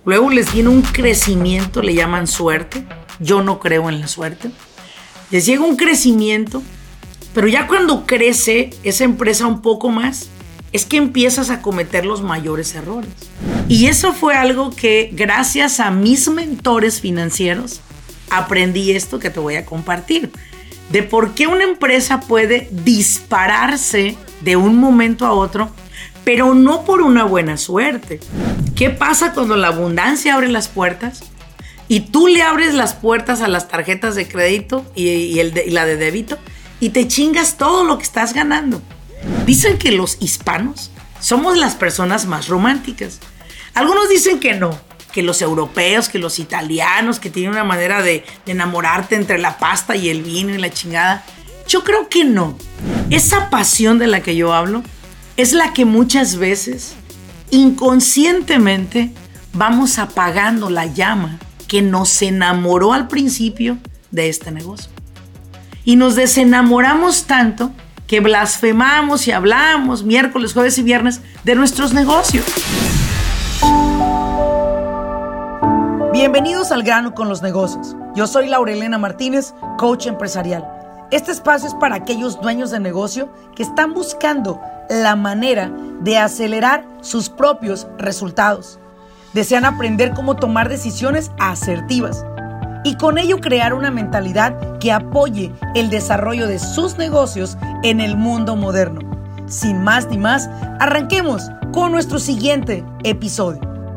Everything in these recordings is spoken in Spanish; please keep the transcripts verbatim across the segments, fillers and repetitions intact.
Luego les viene un crecimiento, le llaman suerte. Yo no creo en la suerte. Les llega un crecimiento, pero ya cuando crece esa empresa un poco más, es que empiezas a cometer los mayores errores. Y eso fue algo que gracias a mis mentores financieros aprendí esto que te voy a compartir. De por qué una empresa puede dispararse de un momento a otro, pero no por una buena suerte. ¿Qué pasa cuando la abundancia abre las puertas y tú le abres las puertas a las tarjetas de crédito y, y, el de, y la de débito y te chingas todo lo que estás ganando? Dicen que los hispanos somos las personas más románticas. Algunos dicen que no, que los europeos, que los italianos, que tienen una manera de, de enamorarte entre la pasta y el vino y la chingada. Yo creo que no. Esa pasión de la que yo hablo es la que muchas veces, inconscientemente, vamos apagando la llama que nos enamoró al principio de este negocio. Y nos desenamoramos tanto que blasfemamos y hablamos miércoles, jueves y viernes de nuestros negocios. Bienvenidos al grano con los negocios. Yo soy Laurelena Martínez, coach empresarial. Este espacio es para aquellos dueños de negocio que están buscando la manera de acelerar sus propios resultados. Desean aprender cómo tomar decisiones asertivas y con ello crear una mentalidad que apoye el desarrollo de sus negocios en el mundo moderno. Sin más ni más, arranquemos con nuestro siguiente episodio.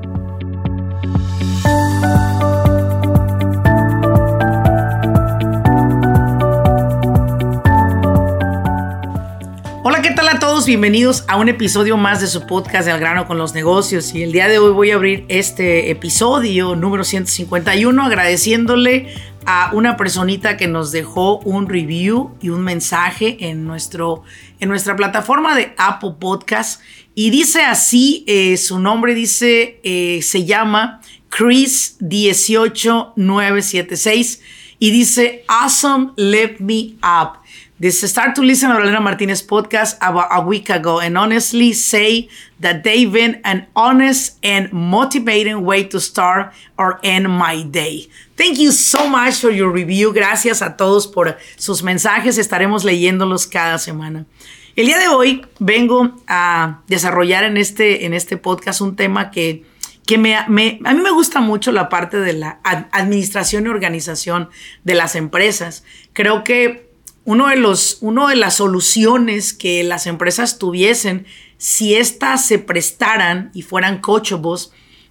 Hola, ¿qué tal a todos? Bienvenidos a un episodio más de su podcast de Al Grano con los Negocios. Y el día de hoy voy a abrir este episodio número ciento cincuenta y uno agradeciéndole a una personita que nos dejó un review y un mensaje en, nuestro, en nuestra plataforma de Apple Podcast. Y dice así, eh, su nombre dice, eh, se llama Chris uno ocho nueve siete seis y dice, Awesome, lift me up. This start to listen to Laurelena Martinez podcast about a week ago and honestly say that they've been an honest and motivating way to start or end my day. Thank you so much for your review. Gracias a todos por sus mensajes. Estaremos leyéndolos cada semana. El día de hoy vengo a desarrollar en este, en este podcast un tema que, que me, me, a mí me gusta mucho, la parte de la administración y organización de las empresas. Creo que Uno de, los, uno de las soluciones que las empresas tuviesen si éstas se prestaran y fueran coachables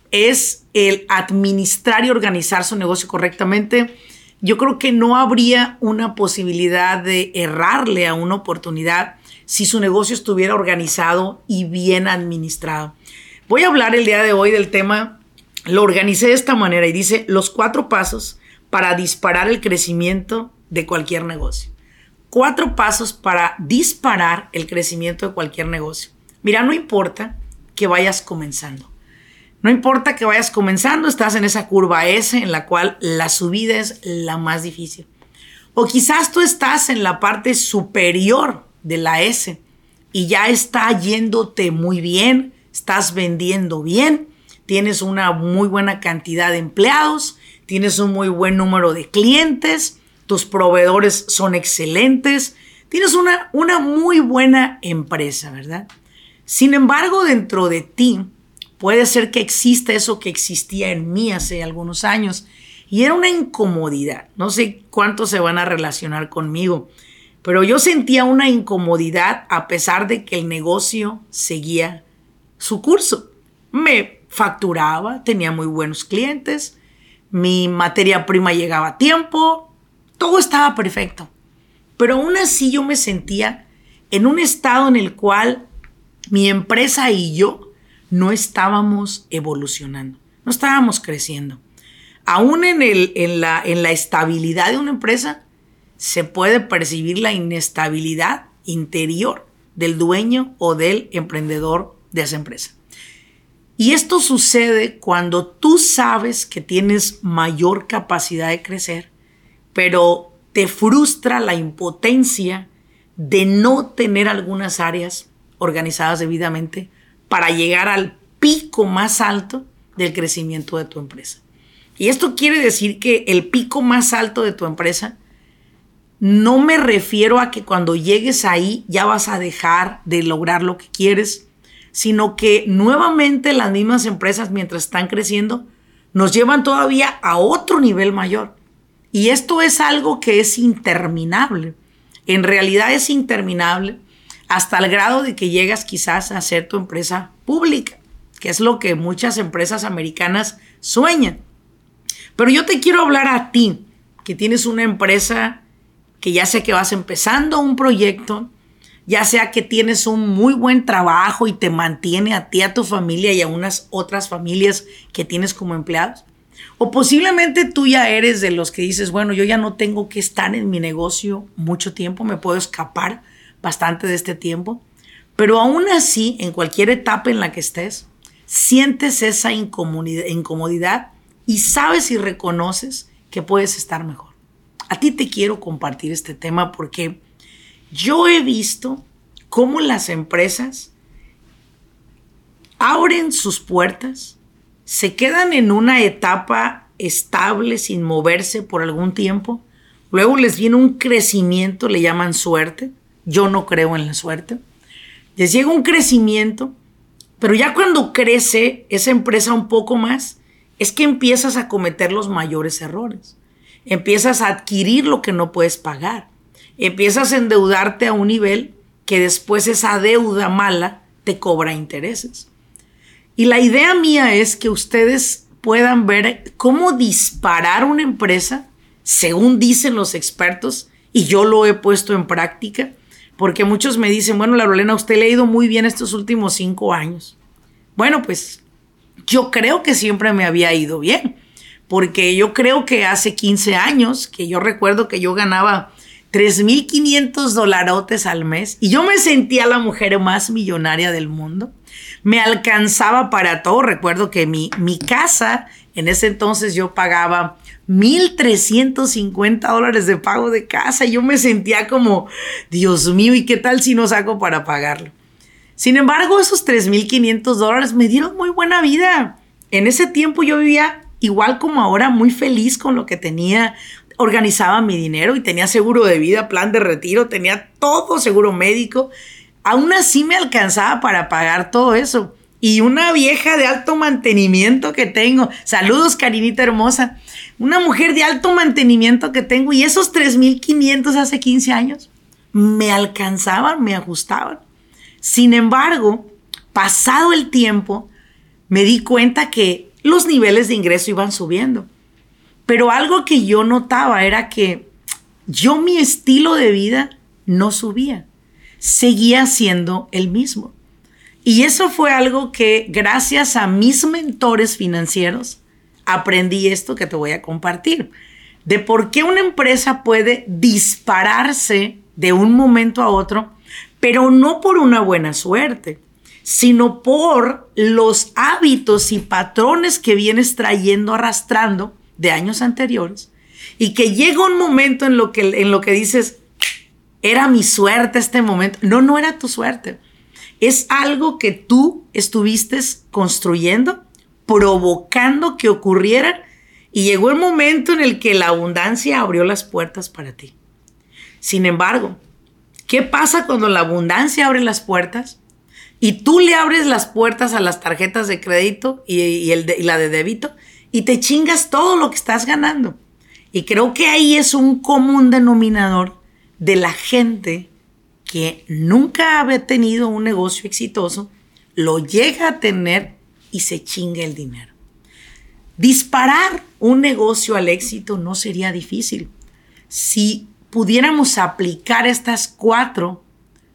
es el administrar y organizar su negocio correctamente. Yo creo que no habría una posibilidad de errarle a una oportunidad si su negocio estuviera organizado y bien administrado. Voy a hablar el día de hoy del tema, lo organicé de esta manera y dice los cuatro pasos para disparar el crecimiento de cualquier negocio. Cuatro pasos para disparar el crecimiento de cualquier negocio. Mira, no importa que vayas comenzando. No importa que vayas comenzando, estás en esa curva S en la cual la subida es la más difícil. O quizás tú estás en la parte superior de la S y ya está yéndote muy bien, estás vendiendo bien, tienes una muy buena cantidad de empleados, tienes un muy buen número de clientes, tus proveedores son excelentes, tienes una, una muy buena empresa, ¿verdad? Sin embargo, dentro de ti puede ser que exista eso que existía en mí hace algunos años y era una incomodidad. No sé cuántos se van a relacionar conmigo, pero yo sentía una incomodidad a pesar de que el negocio seguía su curso. Me facturaba, tenía muy buenos clientes, mi materia prima llegaba a tiempo, todo estaba perfecto, pero aún así yo me sentía en un estado en el cual mi empresa y yo no estábamos evolucionando, no estábamos creciendo. Aún en, el, en, la, en la estabilidad de una empresa se puede percibir la inestabilidad interior del dueño o del emprendedor de esa empresa. Y esto sucede cuando tú sabes que tienes mayor capacidad de crecer, pero te frustra la impotencia de no tener algunas áreas organizadas debidamente para llegar al pico más alto del crecimiento de tu empresa. Y esto quiere decir que el pico más alto de tu empresa, no me refiero a que cuando llegues ahí ya vas a dejar de lograr lo que quieres, sino que nuevamente las mismas empresas, mientras están creciendo, nos llevan todavía a otro nivel mayor. Y esto es algo que es interminable. En realidad es interminable hasta el grado de que llegas quizás a ser tu empresa pública, que es lo que muchas empresas americanas sueñan. Pero yo te quiero hablar a ti, que tienes una empresa, que ya sea que vas empezando un proyecto, ya sea que tienes un muy buen trabajo y te mantiene a ti, a tu familia y a unas otras familias que tienes como empleados. O posiblemente tú ya eres de los que dices, bueno, yo ya no tengo que estar en mi negocio mucho tiempo, me puedo escapar bastante de este tiempo. Pero aún así, en cualquier etapa en la que estés, sientes esa incomodidad, incomodidad y sabes y reconoces que puedes estar mejor. A ti te quiero compartir este tema porque yo he visto cómo las empresas abren sus puertas, se quedan en una etapa estable sin moverse por algún tiempo, luego les viene un crecimiento, le llaman suerte. Yo no creo en la suerte. Les llega un crecimiento, pero ya cuando crece esa empresa un poco más, es que empiezas a cometer los mayores errores. Empiezas a adquirir lo que no puedes pagar. Empiezas a endeudarte a un nivel que después esa deuda mala te cobra intereses. Y la idea mía es que ustedes puedan ver cómo disparar una empresa, según dicen los expertos, y yo lo he puesto en práctica, porque muchos me dicen, bueno, Laurelena, a usted le ha ido muy bien estos últimos cinco años. Bueno, pues yo creo que siempre me había ido bien, porque yo creo que hace quince años, que yo recuerdo que yo ganaba tres mil quinientos dolarotes al mes y yo me sentía la mujer más millonaria del mundo. Me alcanzaba para todo. Recuerdo que mi, mi casa, en ese entonces yo pagaba mil trescientos cincuenta dólares de pago de casa y yo me sentía como, Dios mío, ¿y qué tal si no saco para pagarlo? Sin embargo, esos tres mil quinientos dólares me dieron muy buena vida. En ese tiempo yo vivía igual como ahora, muy feliz con lo que tenía. Organizaba mi dinero y tenía seguro de vida, plan de retiro, tenía todo, seguro médico. Aún así me alcanzaba para pagar todo eso. Y una vieja de alto mantenimiento que tengo. Saludos, Karinita hermosa. Una mujer de alto mantenimiento que tengo. Y esos tres mil quinientos hace quince años me alcanzaban, me ajustaban. Sin embargo, pasado el tiempo, me di cuenta que los niveles de ingreso iban subiendo. Pero algo que yo notaba era que yo mi estilo de vida no subía. Seguía siendo el mismo. Y eso fue algo que gracias a mis mentores financieros aprendí esto que te voy a compartir. De por qué una empresa puede dispararse de un momento a otro, pero no por una buena suerte, sino por los hábitos y patrones que vienes trayendo, arrastrando de años anteriores, y que llega un momento en lo que, en lo que dices, era mi suerte este momento. No, no era tu suerte. Es algo que tú estuviste construyendo, provocando que ocurriera, y llegó el momento en el que la abundancia abrió las puertas para ti. Sin embargo, ¿qué pasa cuando la abundancia abre las puertas y tú le abres las puertas a las tarjetas de crédito y, y, el de, y la de débito y te chingas todo lo que estás ganando? Y creo que ahí es un común denominador de la gente que nunca había tenido un negocio exitoso, lo llega a tener y se chinga el dinero. Disparar un negocio al éxito no sería difícil si pudiéramos aplicar estas cuatro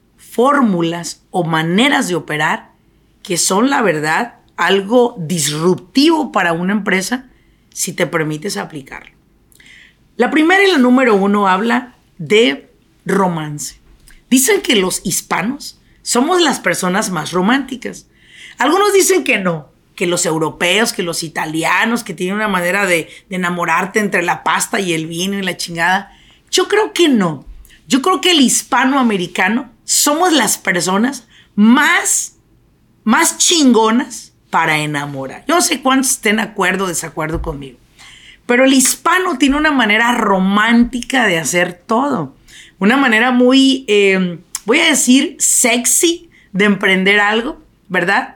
fórmulas o maneras de operar que son, la verdad, algo disruptivo para una empresa si te permites aplicarlo. La primera y la número uno habla de romance. Dicen que los hispanos somos las personas más románticas. Algunos dicen que no, que los europeos, que los italianos, que tienen una manera de, de enamorarte entre la pasta y el vino y la chingada. Yo creo que no. Yo creo que el hispanoamericano somos las personas más, más chingonas para enamorar. Yo no sé cuántos estén de acuerdo o desacuerdo conmigo, pero el hispano tiene una manera romántica de hacer todo. Una manera muy, eh, voy a decir, sexy de emprender algo, ¿verdad?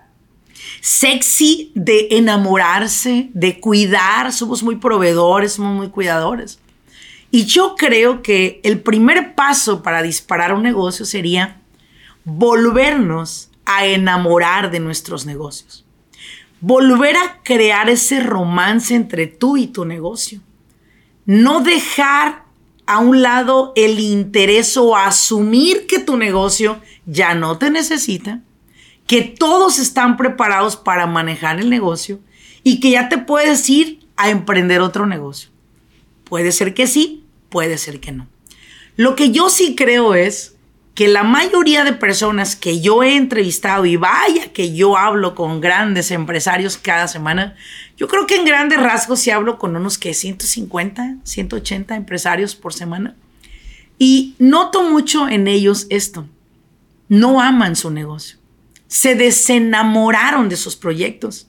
Sexy de enamorarse, de cuidar. Somos muy proveedores, somos muy cuidadores. Y yo creo que el primer paso para disparar un negocio sería volvernos a enamorar de nuestros negocios. Volver a crear ese romance entre tú y tu negocio. No dejar a un lado el interés o asumir que tu negocio ya no te necesita, que todos están preparados para manejar el negocio y que ya te puedes ir a emprender otro negocio. Puede ser que sí, puede ser que no. Lo que yo sí creo es que la mayoría de personas que yo he entrevistado, y vaya que yo hablo con grandes empresarios cada semana, yo creo que en grandes rasgos sí hablo con unos que ciento cincuenta, ciento ochenta empresarios por semana, y noto mucho en ellos esto: no aman su negocio, se desenamoraron de sus proyectos.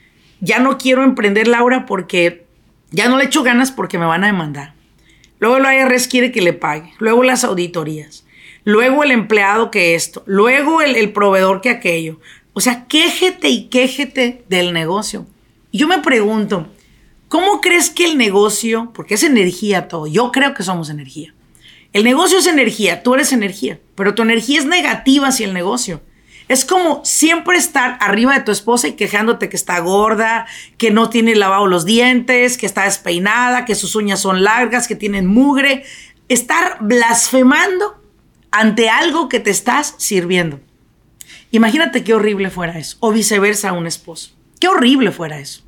Ya no quiero emprender, Laura, porque ya no le echo ganas porque me van a demandar. Luego el I R S quiere que le pague, luego las auditorías, luego el empleado que esto, luego el, el proveedor que aquello. O sea, quéjete y quéjete del negocio. Y yo me pregunto, ¿cómo crees que el negocio, porque es energía todo, yo creo que somos energía. El negocio es energía, tú eres energía, pero tu energía es negativa hacia el negocio. Es como siempre estar arriba de tu esposa y quejándote que está gorda, que no tiene lavado los dientes, que está despeinada, que sus uñas son largas, que tienen mugre. Estar blasfemando ante algo que te estás sirviendo. Imagínate qué horrible fuera eso. O viceversa a un esposo. Qué horrible fuera eso.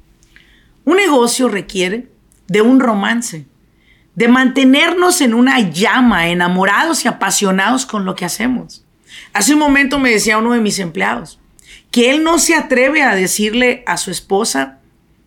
Un negocio requiere de un romance, de mantenernos en una llama, enamorados y apasionados con lo que hacemos. Hace un momento me decía uno de mis empleados que él no se atreve a decirle a su esposa: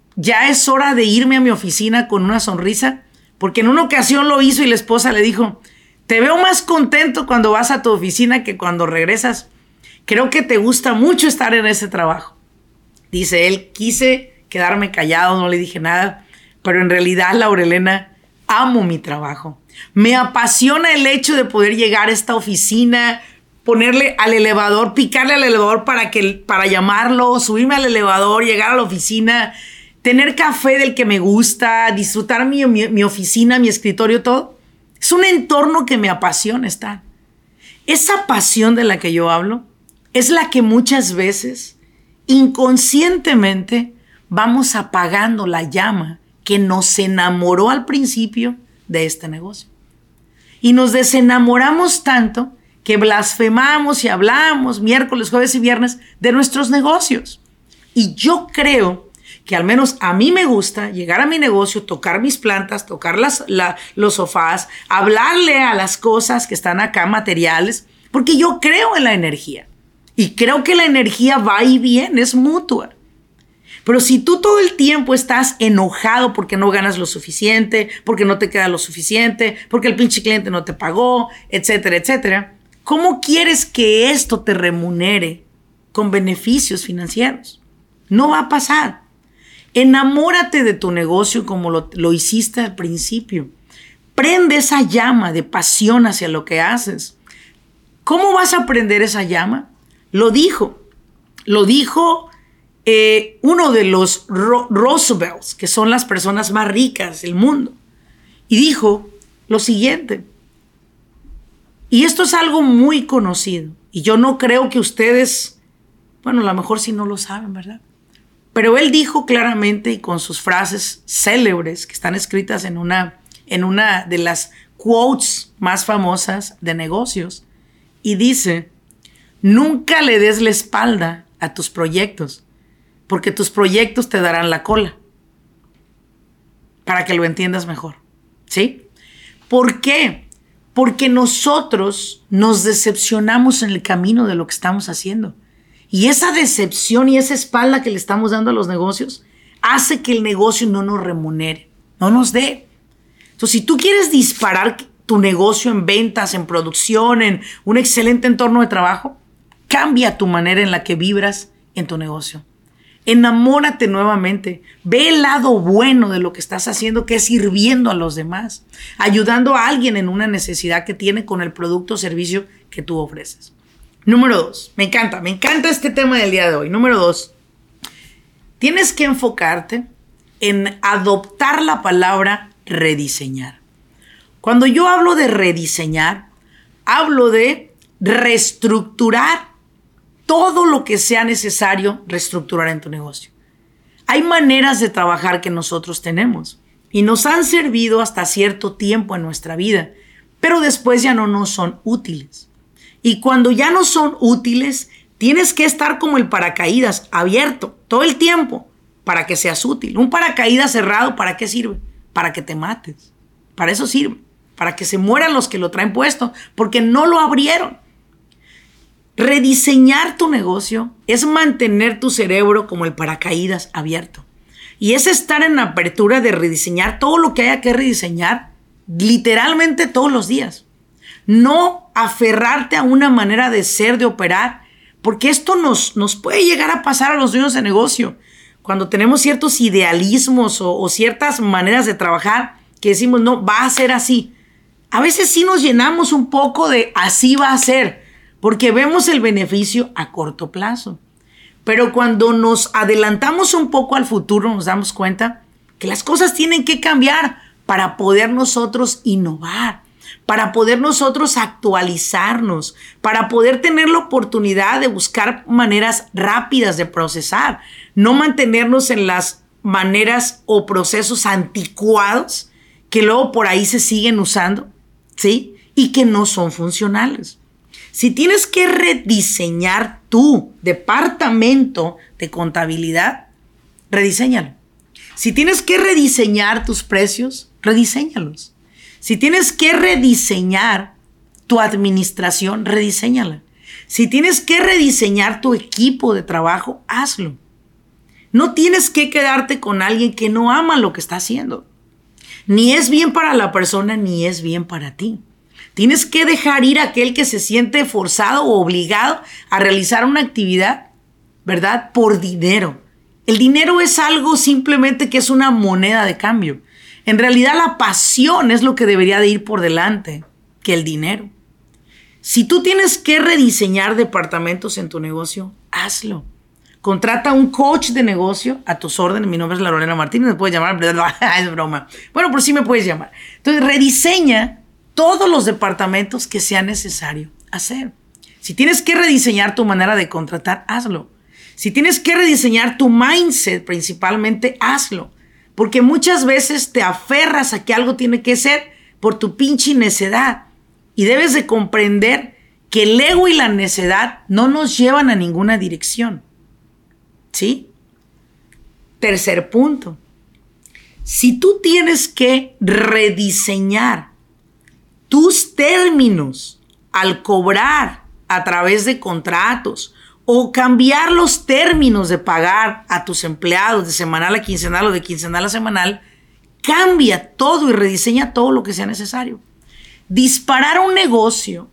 ya es hora de irme a mi oficina con una sonrisa, porque en una ocasión lo hizo y la esposa le dijo: te veo más contento cuando vas a tu oficina que cuando regresas. Creo que te gusta mucho estar en ese trabajo. Dice él: quise quedarme callado, no le dije nada, pero en realidad, Laurelena, amo mi trabajo. Me apasiona el hecho de poder llegar a esta oficina, ponerle al elevador, picarle al elevador para, que, para llamarlo, subirme al elevador, llegar a la oficina, tener café del que me gusta, disfrutar mi, mi, mi oficina, mi escritorio, todo. Es un entorno que me apasiona estar. Esa pasión de la que yo hablo es la que muchas veces, inconscientemente, vamos apagando la llama que nos enamoró al principio de este negocio. Y nos desenamoramos tanto que blasfemamos y hablamos miércoles, jueves y viernes de nuestros negocios. Y yo creo que al menos a mí me gusta llegar a mi negocio, tocar mis plantas, tocar las, la, los sofás, hablarle a las cosas que están acá, materiales, porque yo creo en la energía. Y creo que la energía va y viene, es mutua. Pero si tú todo el tiempo estás enojado porque no ganas lo suficiente, porque no te queda lo suficiente, porque el pinche cliente no te pagó, etcétera, etcétera, ¿cómo quieres que esto te remunere con beneficios financieros? No va a pasar. Enamórate de tu negocio como lo, lo hiciste al principio. Prende esa llama de pasión hacia lo que haces. ¿Cómo vas a prender esa llama? Lo dijo. Lo dijo eh, uno de los Ro- Roosevelts, que son las personas más ricas del mundo. Y dijo lo siguiente. Y esto es algo muy conocido. Y yo no creo que ustedes, bueno, a lo mejor sí no lo saben, ¿verdad? Pero él dijo claramente y con sus frases célebres que están escritas en una, en una de las quotes más famosas de negocios. Y dice: nunca le des la espalda a tus proyectos, porque tus proyectos te darán la cola. Para que lo entiendas mejor. ¿Sí? ¿Por qué? Porque nosotros nos decepcionamos en el camino de lo que estamos haciendo. Y esa decepción y esa espalda que le estamos dando a los negocios hace que el negocio no nos remunere, no nos dé. Entonces, si tú quieres disparar tu negocio en ventas, en producción, en un excelente entorno de trabajo, cambia tu manera en la que vibras en tu negocio. Enamórate nuevamente. Ve el lado bueno de lo que estás haciendo, que es sirviendo a los demás, ayudando a alguien en una necesidad que tiene con el producto o servicio que tú ofreces. Número dos. Me encanta, me encanta este tema del día de hoy. Número dos. Tienes que enfocarte en adoptar la palabra rediseñar. Cuando yo hablo de rediseñar, hablo de reestructurar todo lo que sea necesario reestructurar en tu negocio. Hay maneras de trabajar que nosotros tenemos y nos han servido hasta cierto tiempo en nuestra vida, pero después ya no nos son útiles. Y cuando ya no son útiles, tienes que estar como el paracaídas abierto todo el tiempo para que seas útil. Un paracaídas cerrado, ¿para qué sirve? Para que te mates. Para eso sirve. Para que se mueran los que lo traen puesto, porque no lo abrieron. Rediseñar tu negocio es mantener tu cerebro como el paracaídas abierto. Y es estar en la apertura de rediseñar todo lo que haya que rediseñar literalmente todos los días. No aferrarte a una manera de ser, de operar, porque esto nos, nos puede llegar a pasar a los dueños de negocio. Cuando tenemos ciertos idealismos o, o ciertas maneras de trabajar que decimos, no, va a ser así. A veces sí nos llenamos un poco de así va a ser, porque vemos el beneficio a corto plazo. Pero cuando nos adelantamos un poco al futuro, nos damos cuenta que las cosas tienen que cambiar para poder nosotros innovar, para poder nosotros actualizarnos, para poder tener la oportunidad de buscar maneras rápidas de procesar, no mantenernos en las maneras o procesos anticuados que luego por ahí se siguen usando, ¿sí? Y que no son funcionales. Si tienes que rediseñar tu departamento de contabilidad, rediséñalo. Si tienes que rediseñar tus precios, rediséñalos. Si tienes que rediseñar tu administración, rediséñala. Si tienes que rediseñar tu equipo de trabajo, hazlo. No tienes que quedarte con alguien que no ama lo que está haciendo. Ni es bien para la persona, ni es bien para ti. Tienes que dejar ir a aquel que se siente forzado o obligado a realizar una actividad, ¿verdad? Por dinero. El dinero es algo simplemente que es una moneda de cambio. En realidad la pasión es lo que debería de ir por delante que el dinero. Si tú tienes que rediseñar departamentos en tu negocio, hazlo. Contrata a un coach de negocio a tus órdenes. Mi nombre es Lorena Martínez, me puedes llamar, es broma. Bueno, por sí me puedes llamar. Entonces, rediseña todos los departamentos que sea necesario hacer. Si tienes que rediseñar tu manera de contratar, hazlo. Si tienes que rediseñar tu mindset, principalmente, hazlo. Porque muchas veces te aferras a que algo tiene que ser por tu pinche necedad. Y debes de comprender que el ego y la necedad no nos llevan a ninguna dirección. ¿Sí? Tercer punto. Si tú tienes que rediseñar tus términos al cobrar a través de contratos o cambiar los términos de pagar a tus empleados de semanal a quincenal o de quincenal a semanal, cambia todo y rediseña todo lo que sea necesario. Disparar un negocio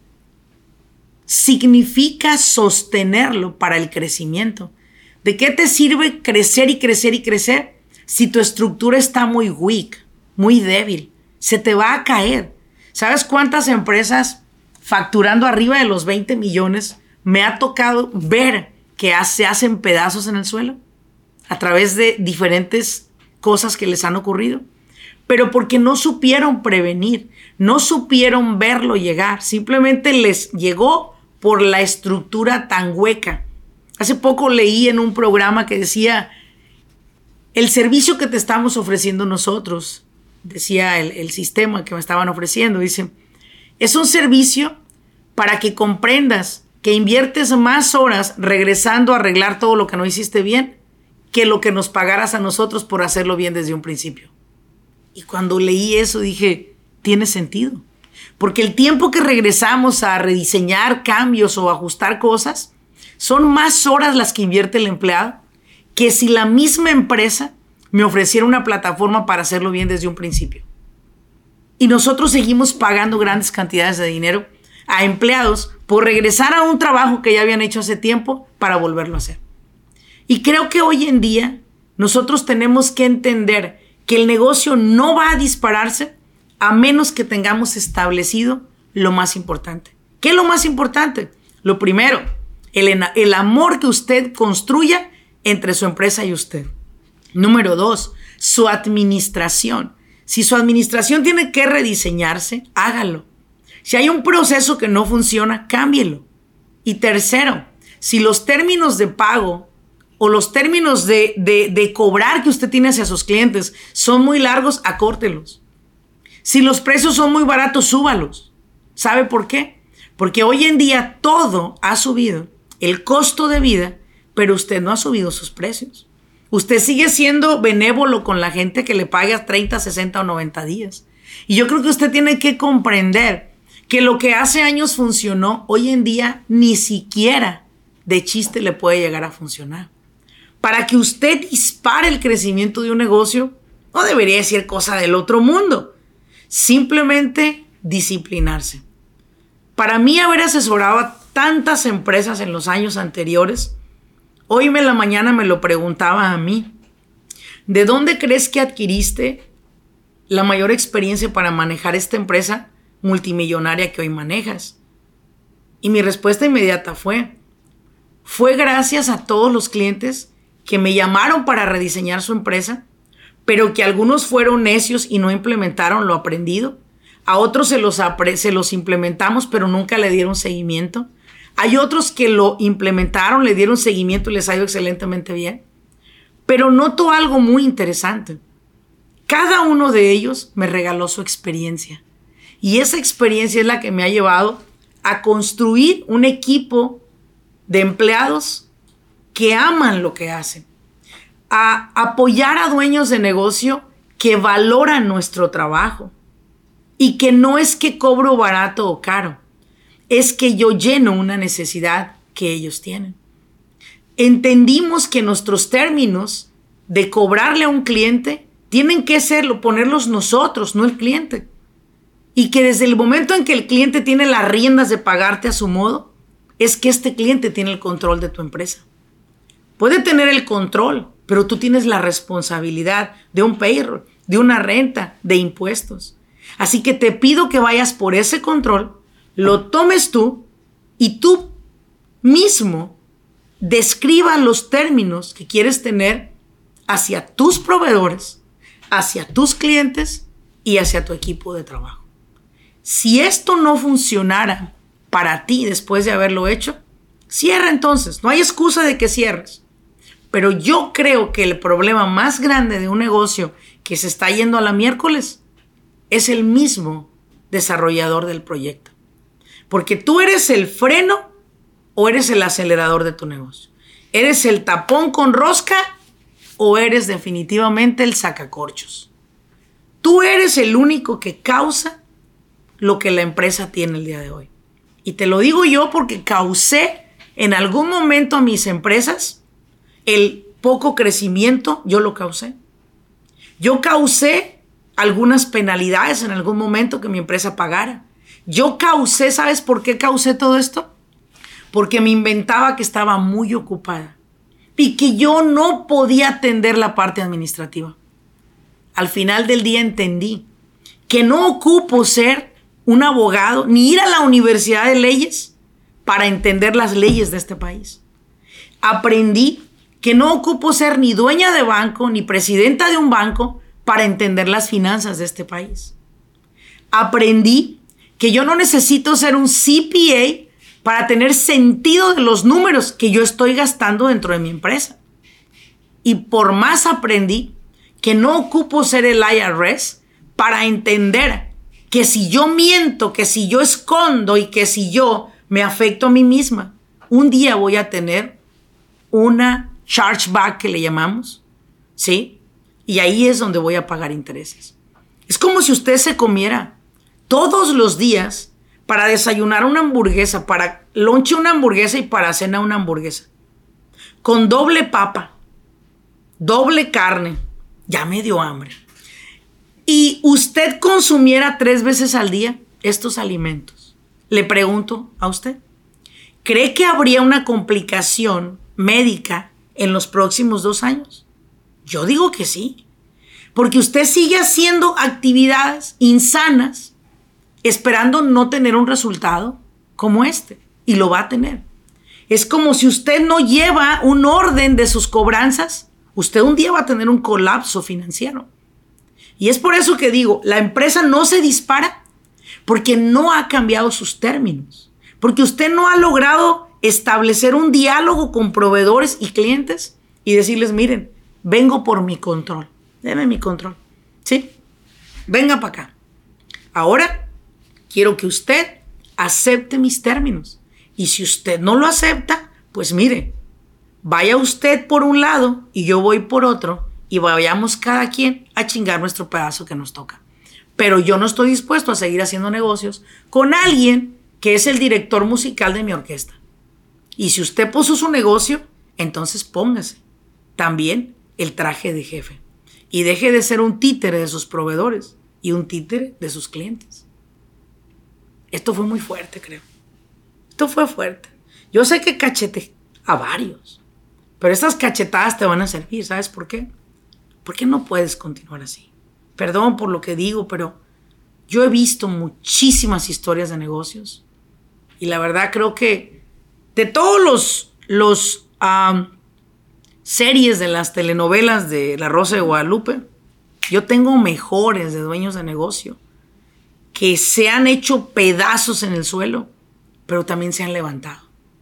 significa sostenerlo para el crecimiento. ¿De qué te sirve crecer y crecer y crecer si tu estructura está muy weak, muy débil? Se te va a caer. ¿Sabes cuántas empresas facturando arriba de los veinte millones me ha tocado ver que se hacen pedazos en el suelo a través de diferentes cosas que les han ocurrido? Pero porque no supieron prevenir, no supieron verlo llegar, simplemente les llegó por la estructura tan hueca. Hace poco leí en un programa que decía, el servicio que te estamos ofreciendo nosotros, decía el, el sistema que me estaban ofreciendo, dice, es un servicio para que comprendas que inviertes más horas regresando a arreglar todo lo que no hiciste bien que lo que nos pagaras a nosotros por hacerlo bien desde un principio. Y cuando leí eso dije, tiene sentido. Porque el tiempo que regresamos a rediseñar cambios o ajustar cosas son más horas las que invierte el empleado que si la misma empresa me ofreciera una plataforma para hacerlo bien desde un principio. Y nosotros seguimos pagando grandes cantidades de dinero a empleados por regresar a un trabajo que ya habían hecho hace tiempo para volverlo a hacer. Y creo que hoy en día nosotros tenemos que entender que el negocio no va a dispararse a menos que tengamos establecido lo más importante. ¿Qué es lo más importante? Lo primero, el, el amor que usted construya entre su empresa y usted. Número dos, su administración. Si su administración tiene que rediseñarse, hágalo. Si hay un proceso que no funciona, cámbielo. Y tercero, si los términos de pago o los términos de, de, de cobrar que usted tiene hacia sus clientes son muy largos, acórtelos. Si los precios son muy baratos, súbalos. ¿Sabe por qué? Porque hoy en día todo ha subido, el costo de vida, pero usted no ha subido sus precios. Usted sigue siendo benévolo con la gente que le paga treinta, sesenta o noventa días. Y yo creo que usted tiene que comprender que lo que hace años funcionó, hoy en día ni siquiera de chiste le puede llegar a funcionar. Para que usted dispare el crecimiento de un negocio, no debería ser cosa del otro mundo. Simplemente disciplinarse. Para mí, haber asesorado a tantas empresas en los años anteriores, hoy en la mañana me lo preguntaba a mí. ¿De dónde crees que adquiriste la mayor experiencia para manejar esta empresa multimillonaria que hoy manejas? Y mi respuesta inmediata fue, fue gracias a todos los clientes que me llamaron para rediseñar su empresa, pero que algunos fueron necios y no implementaron lo aprendido. A otros se los, apre- se los implementamos, pero nunca le dieron seguimiento. Hay otros que lo implementaron, le dieron seguimiento y les ha ido excelentemente bien. Pero noto algo muy interesante. Cada uno de ellos me regaló su experiencia. Y esa experiencia es la que me ha llevado a construir un equipo de empleados que aman lo que hacen. A apoyar a dueños de negocio que valoran nuestro trabajo. Y que no es que cobro barato o caro. Es que yo lleno una necesidad que ellos tienen. Entendimos que nuestros términos de cobrarle a un cliente tienen que serlo, ponerlos nosotros, no el cliente. Y que desde el momento en que el cliente tiene las riendas de pagarte a su modo, es que este cliente tiene el control de tu empresa. Puede tener el control, pero tú tienes la responsabilidad de un payroll, de una renta, de impuestos. Así que te pido que vayas por ese control, lo tomes tú y tú mismo describas los términos que quieres tener hacia tus proveedores, hacia tus clientes y hacia tu equipo de trabajo. Si esto no funcionara para ti después de haberlo hecho, cierra entonces. No hay excusa de que cierres. Pero yo creo que el problema más grande de un negocio que se está yendo a la miércoles es el mismo desarrollador del proyecto. Porque tú eres el freno o eres el acelerador de tu negocio. ¿Eres el tapón con rosca o eres definitivamente el sacacorchos? Tú eres el único que causa lo que la empresa tiene el día de hoy. Y te lo digo yo porque causé en algún momento a mis empresas el poco crecimiento, yo lo causé. Yo causé algunas penalidades en algún momento que mi empresa pagara. Yo causé, ¿sabes por qué causé todo esto? Porque me inventaba que estaba muy ocupada y que yo no podía atender la parte administrativa. Al final del día entendí que no ocupo ser un abogado ni ir a la Universidad de Leyes para entender las leyes de este país. Aprendí que no ocupo ser ni dueña de banco ni presidenta de un banco para entender las finanzas de este país. Aprendí que yo no necesito ser un C P A para tener sentido de los números que yo estoy gastando dentro de mi empresa. Y por más aprendí que no ocupo ser el I R S para entender que si yo miento, que si yo escondo y que si yo me afecto a mí misma, un día voy a tener una chargeback que le llamamos, ¿sí? Y ahí es donde voy a pagar intereses. Es como si usted se comiera todos los días para desayunar una hamburguesa, para lonche una hamburguesa y para cena una hamburguesa. Con doble papa, doble carne. Ya me dio hambre. Y usted consumiera tres veces al día estos alimentos. Le pregunto a usted, ¿cree que habría una complicación médica en los próximos dos años? Yo digo que sí. Porque usted sigue haciendo actividades insanas esperando no tener un resultado como este. Y lo va a tener. Es como si usted no lleva un orden de sus cobranzas, usted un día va a tener un colapso financiero. Y es por eso que digo, la empresa no se dispara porque no ha cambiado sus términos. Porque usted no ha logrado establecer un diálogo con proveedores y clientes y decirles, miren, vengo por mi control. Deme mi control. ¿Sí? Venga para acá. Ahora quiero que usted acepte mis términos. Y si usted no lo acepta, pues mire, vaya usted por un lado y yo voy por otro y vayamos cada quien a chingar nuestro pedazo que nos toca. Pero yo no estoy dispuesto a seguir haciendo negocios con alguien que es el director musical de mi orquesta. Y si usted puso su negocio, entonces póngase también el traje de jefe. Y deje de ser un títere de sus proveedores y un títere de sus clientes. Esto fue muy fuerte, creo. Esto fue fuerte. Yo sé que cacheteé a varios, pero estas cachetadas te van a servir. ¿Sabes por qué? Porque no puedes continuar así. Perdón por lo que digo, pero yo he visto muchísimas historias de negocios y la verdad creo que de todos los, los um, series de las telenovelas de La Rosa de Guadalupe, yo tengo mejores de dueños de negocio que se han hecho pedazos en el suelo, pero también se han levantado.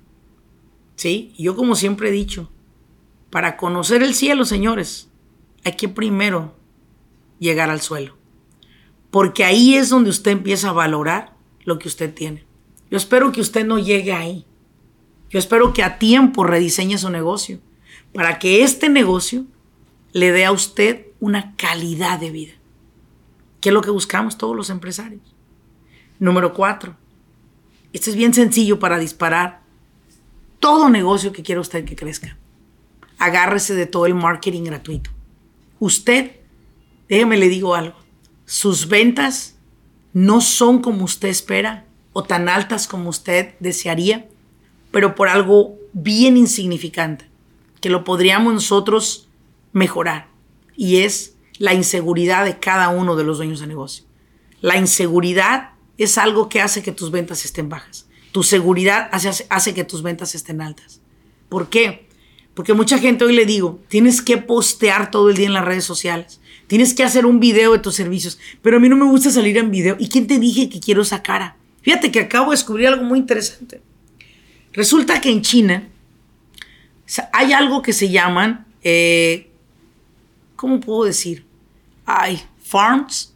¿Sí? Y yo como siempre he dicho, para conocer el cielo, señores, hay que primero llegar al suelo. Porque ahí es donde usted empieza a valorar lo que usted tiene. Yo espero que usted no llegue ahí. Yo espero que a tiempo rediseñe su negocio para que este negocio le dé a usted una calidad de vida, que es lo que buscamos todos los empresarios. Número cuatro. Esto es bien sencillo para disparar todo negocio que quiera usted que crezca. Agárrese de todo el marketing gratuito. Usted, déjeme le digo algo, sus ventas no son como usted espera o tan altas como usted desearía, pero por algo bien insignificante, que lo podríamos nosotros mejorar, y es la inseguridad de cada uno de los dueños de negocio. La inseguridad es algo que hace que tus ventas estén bajas. Tu seguridad hace, hace que tus ventas estén altas. ¿Por qué? Porque mucha gente hoy le digo, tienes que postear todo el día en las redes sociales. Tienes que hacer un video de tus servicios. Pero a mí no me gusta salir en video. ¿Y quién te dije que quiero esa cara? Fíjate que acabo de descubrir algo muy interesante. Resulta que en China hay algo que se llaman, eh, ¿cómo puedo decir? Hay farms,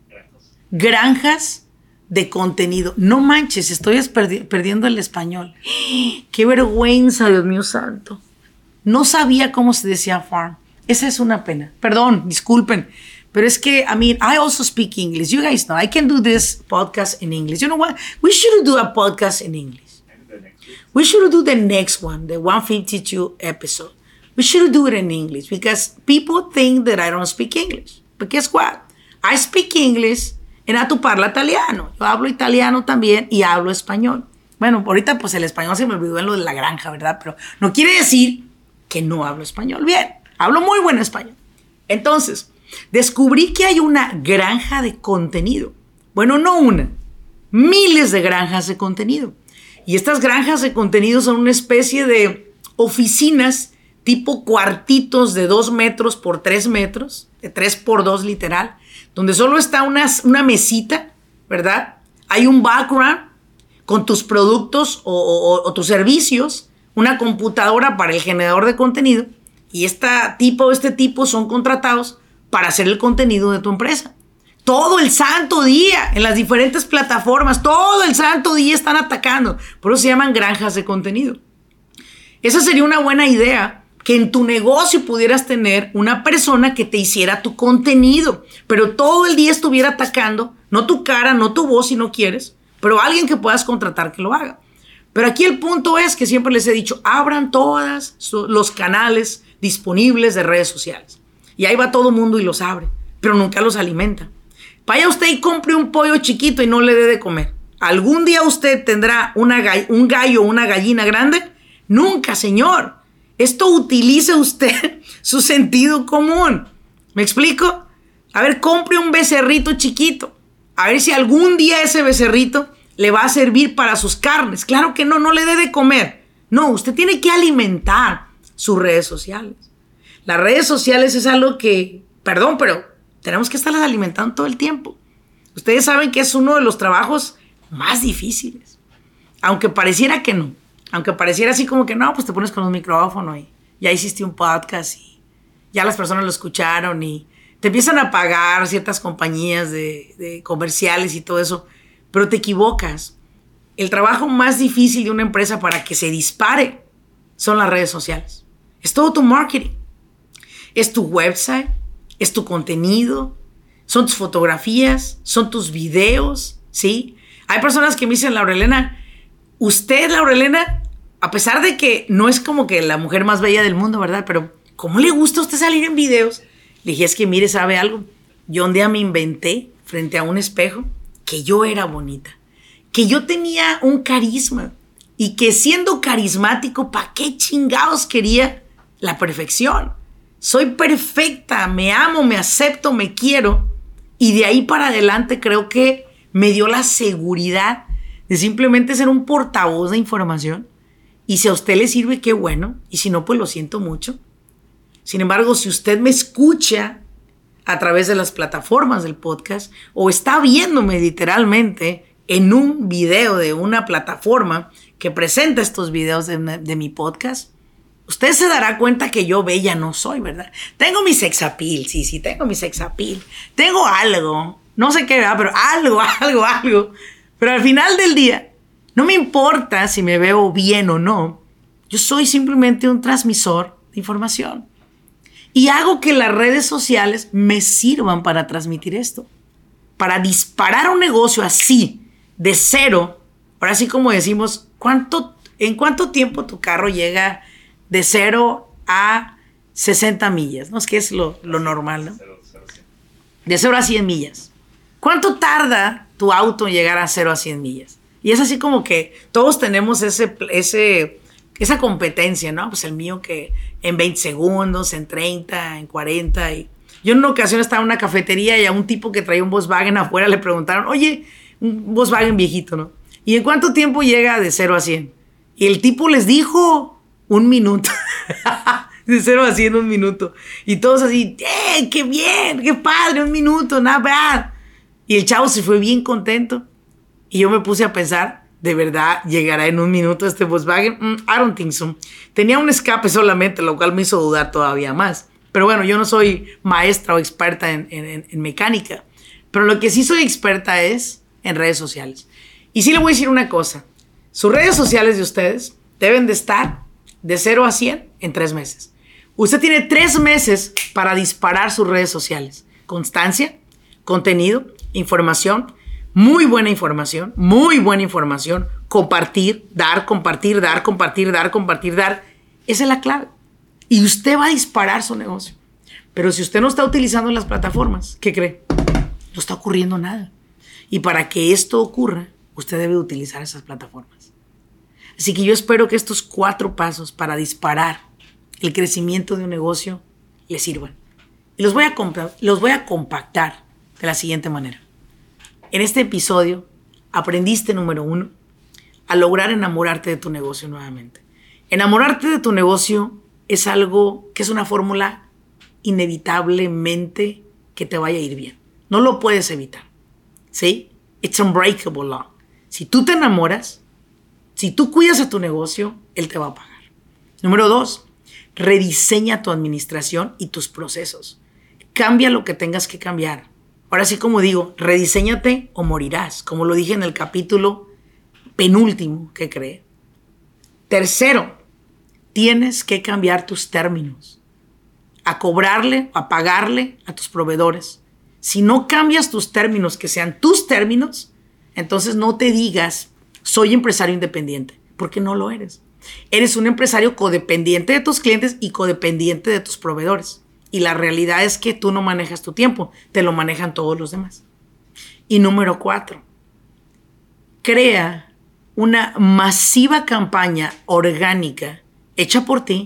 granjas de contenido. No manches, estoy perdi- perdiendo el español. ¡Qué vergüenza, Dios mío santo! No sabía cómo se decía farm. Esa es una pena. Perdón, disculpen. Pero es que, I mean, I also speak English. You guys know, I can do this podcast in English. You know what? We should do a podcast in English. We should do the next one, the one fifty-two episode. We should do it in English because people think that I don't speak English. But guess what? I speak English and I tu parla italiano. Yo hablo italiano también y hablo español. Bueno, ahorita pues el español se me olvidó en lo de la granja, ¿verdad? Pero no quiere decir que no hablo español bien. Hablo muy buen español. Entonces, descubrí que hay una granja de contenido. Bueno, no una, miles de granjas de contenido. Y estas granjas de contenido son una especie de oficinas tipo cuartitos de dos metros por tres metros, de tres por dos literal, donde solo está una, una mesita, ¿verdad? Hay un background con tus productos o, o, o tus servicios, una computadora para el generador de contenido, y esta tipo o este tipo son contratados para hacer el contenido de tu empresa. Todo el santo día, en las diferentes plataformas, todo el santo día están atacando. Por eso se llaman granjas de contenido. Esa sería una buena idea, que en tu negocio pudieras tener una persona que te hiciera tu contenido, pero todo el día estuviera atacando, no tu cara, no tu voz si no quieres, pero alguien que puedas contratar que lo haga. Pero aquí el punto es que siempre les he dicho, abran todos los canales disponibles de redes sociales. Y ahí va todo el mundo y los abre, pero nunca los alimenta. Vaya usted y compre un pollo chiquito y no le dé de comer. ¿Algún día usted tendrá una gall- un gallo o una gallina grande? Nunca, señor. Esto utilice usted su sentido común. ¿Me explico? A ver, compre un becerrito chiquito. A ver si algún día ese becerrito le va a servir para sus carnes. Claro que no, no le dé de comer. No, usted tiene que alimentar sus redes sociales. Las redes sociales es algo que, perdón, pero tenemos que estarlas alimentando todo el tiempo. Ustedes saben que es uno de los trabajos más difíciles. Aunque pareciera que no. Aunque pareciera así como que no, pues te pones con un micrófono y ya hiciste un podcast y ya las personas lo escucharon y te empiezan a pagar ciertas compañías de, de comerciales y todo eso, pero te equivocas. El trabajo más difícil de una empresa para que se dispare son las redes sociales. Es todo tu marketing. Es tu website, es tu contenido, son tus fotografías, son tus videos, ¿sí? Hay personas que me dicen, Laurelena, usted, Laurelena, a pesar de que no es como que la mujer más bella del mundo, ¿verdad? Pero ¿cómo le gusta a usted salir en videos? Le dije, es que mire, ¿sabe algo? Yo un día me inventé frente a un espejo que yo era bonita, que yo tenía un carisma y que siendo carismático, ¿para qué chingados quería la perfección? Soy perfecta, me amo, me acepto, me quiero y de ahí para adelante creo que me dio la seguridad de simplemente ser un portavoz de información y si a usted le sirve, qué bueno, y si no, pues lo siento mucho. Sin embargo, si usted me escucha a través de las plataformas del podcast o está viéndome literalmente en un video de una plataforma que presenta estos videos de, de mi podcast, usted se dará cuenta que yo bella no soy, ¿verdad? Tengo mi sex appeal, sí, sí, tengo mi sex appeal. Tengo algo, no sé qué, ¿verdad? Pero algo, algo, algo. Pero al final del día, no me importa si me veo bien o no. Yo soy simplemente un transmisor de información. Y hago que las redes sociales me sirvan para transmitir esto. Para disparar un negocio así, de cero. Ahora sí como decimos, ¿cuánto, ¿en cuánto tiempo tu carro llega de cero a sesenta millas? ¿No? Es que es lo, lo normal, ¿no? De cero a cien millas. ¿Cuánto tarda tu auto en llegar a cero a cien millas? Y es así como que todos tenemos ese, ese, esa competencia, ¿no? Pues el mío que en veinte segundos, en treinta, en cuarenta. Y yo en una ocasión estaba en una cafetería y a un tipo que traía un Volkswagen afuera le preguntaron, oye, un Volkswagen viejito, ¿no? ¿Y en cuánto tiempo llega de cero a cien? Y el tipo les dijo, un minuto. De cero a cien, un minuto. Y todos así, ¡eh, qué bien, qué padre, un minuto, not bad! Y el chavo se fue bien contento. Y yo me puse a pensar, ¿de verdad llegará en un minuto este Volkswagen? Mm, I don't think so. Tenía un escape solamente, lo cual me hizo dudar todavía más. Pero bueno, yo no soy maestra o experta en, en, en mecánica. Pero lo que sí soy experta es en redes sociales. Y sí le voy a decir una cosa. Sus redes sociales de ustedes deben de estar de cero a cien en tres meses. Usted tiene tres meses para disparar sus redes sociales. Constancia, contenido, información, muy buena información, muy buena información, compartir, dar, compartir, dar, compartir, dar, compartir, dar. Esa es la clave. Y usted va a disparar su negocio. Pero si usted no está utilizando las plataformas, ¿qué cree? No está ocurriendo nada. Y para que esto ocurra, usted debe utilizar esas plataformas. Así que yo espero que estos cuatro pasos para disparar el crecimiento de un negocio le sirvan. Y los voy a, compa- los voy a compactar de la siguiente manera. En este episodio aprendiste, número uno, a lograr enamorarte de tu negocio nuevamente. Enamorarte de tu negocio es algo que es una fórmula inevitablemente que te vaya a ir bien. No lo puedes evitar. ¿Sí? It's unbreakable law. Si tú te enamoras, si tú cuidas a tu negocio, él te va a pagar. Número dos, rediseña tu administración y tus procesos. Cambia lo que tengas que cambiar. Ahora sí, como digo, rediséñate o morirás, como lo dije en el capítulo penúltimo que creé. Tercero, tienes que cambiar tus términos, a cobrarle, a pagarle a tus proveedores. Si no cambias tus términos, que sean tus términos, entonces no te digas, soy empresario independiente, porque no lo eres. Eres un empresario codependiente de tus clientes y codependiente de tus proveedores. Y la realidad es que tú no manejas tu tiempo, te lo manejan todos los demás. Y número cuatro, crea una masiva campaña orgánica hecha por ti,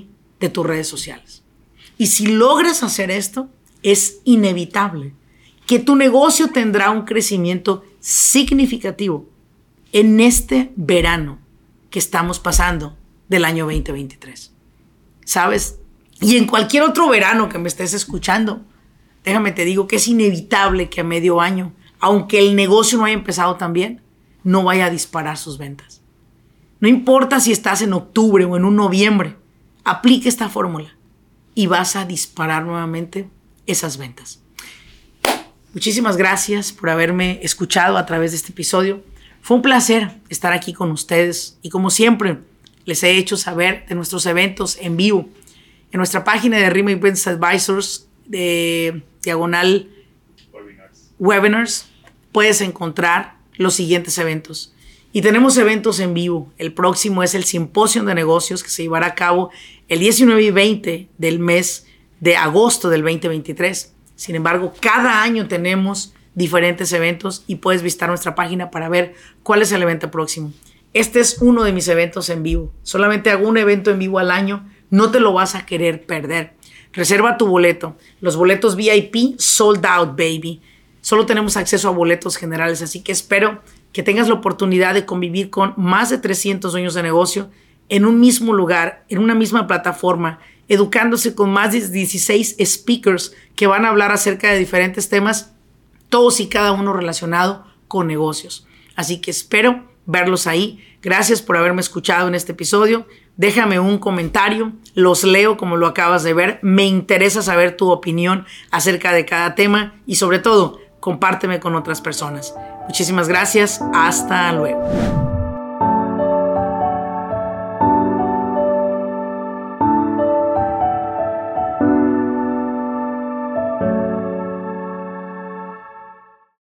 de tus redes sociales. Y si logras hacer esto, es inevitable que tu negocio tendrá un crecimiento significativo en este verano que estamos pasando del año veinte veintitrés. ¿Sabes? Y en cualquier otro verano que me estés escuchando, déjame te digo que es inevitable que a medio año, aunque el negocio no haya empezado tan bien, no vaya a disparar sus ventas. No importa si estás en octubre o en un noviembre, aplica esta fórmula y vas a disparar nuevamente esas ventas. Muchísimas gracias por haberme escuchado a través de este episodio. Fue un placer estar aquí con ustedes y como siempre les he hecho saber de nuestros eventos en vivo. En nuestra página de Remake Business Advisors de diagonal webinars. webinars puedes encontrar los siguientes eventos. Y tenemos eventos en vivo. El próximo es el Simposio de Negocios que se llevará a cabo el diecinueve y veinte del mes de agosto del veinte veintitrés. Sin embargo, cada año tenemos diferentes eventos y puedes visitar nuestra página para ver cuál es el evento próximo. Este es uno de mis eventos en vivo. Solamente hago un evento en vivo al año. No te lo vas a querer perder. Reserva tu boleto. Los boletos V I P sold out, baby. Solo tenemos acceso a boletos generales, así que espero que tengas la oportunidad de convivir con más de trescientos dueños de negocio en un mismo lugar, en una misma plataforma, educándose con más de dieciséis speakers que van a hablar acerca de diferentes temas, todos y cada uno relacionado con negocios. Así que espero verlos ahí. Gracias por haberme escuchado en este episodio. Déjame un comentario, los leo como lo acabas de ver. Me interesa saber tu opinión acerca de cada tema y sobre todo, compárteme con otras personas. Muchísimas gracias. Hasta luego.